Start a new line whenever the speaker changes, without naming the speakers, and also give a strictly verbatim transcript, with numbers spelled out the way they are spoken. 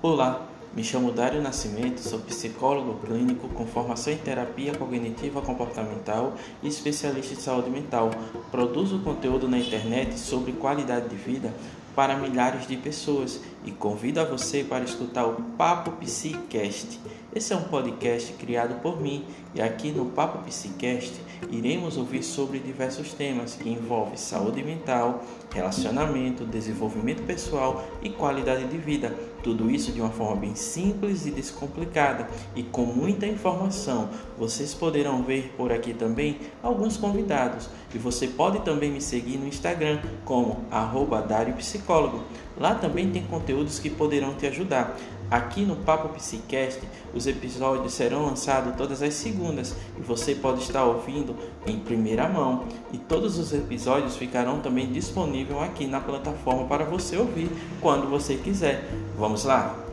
Olá, me chamo Dário Nascimento, sou psicólogo clínico com formação em terapia cognitiva comportamental e especialista em saúde mental. Produzo conteúdo na internet sobre qualidade de vida para milhares de pessoas e convido a você para escutar o Papo Psicast. Esse é um podcast criado por mim e aqui no Papo Psicast iremos ouvir sobre diversos temas que envolvem saúde mental, relacionamento, desenvolvimento pessoal e qualidade de vida. Tudo isso de uma forma bem simples e descomplicada e com muita informação. Vocês poderão ver por aqui também alguns convidados e você pode também me seguir no Instagram como arroba Dário Psicólogo. Lá também tem conteúdos que poderão te ajudar. Aqui no Papo Psicast, os episódios serão lançados todas as segundas e você pode estar ouvindo em primeira mão. E todos os episódios ficarão também disponíveis aqui na plataforma para você ouvir quando você quiser. Vamos lá?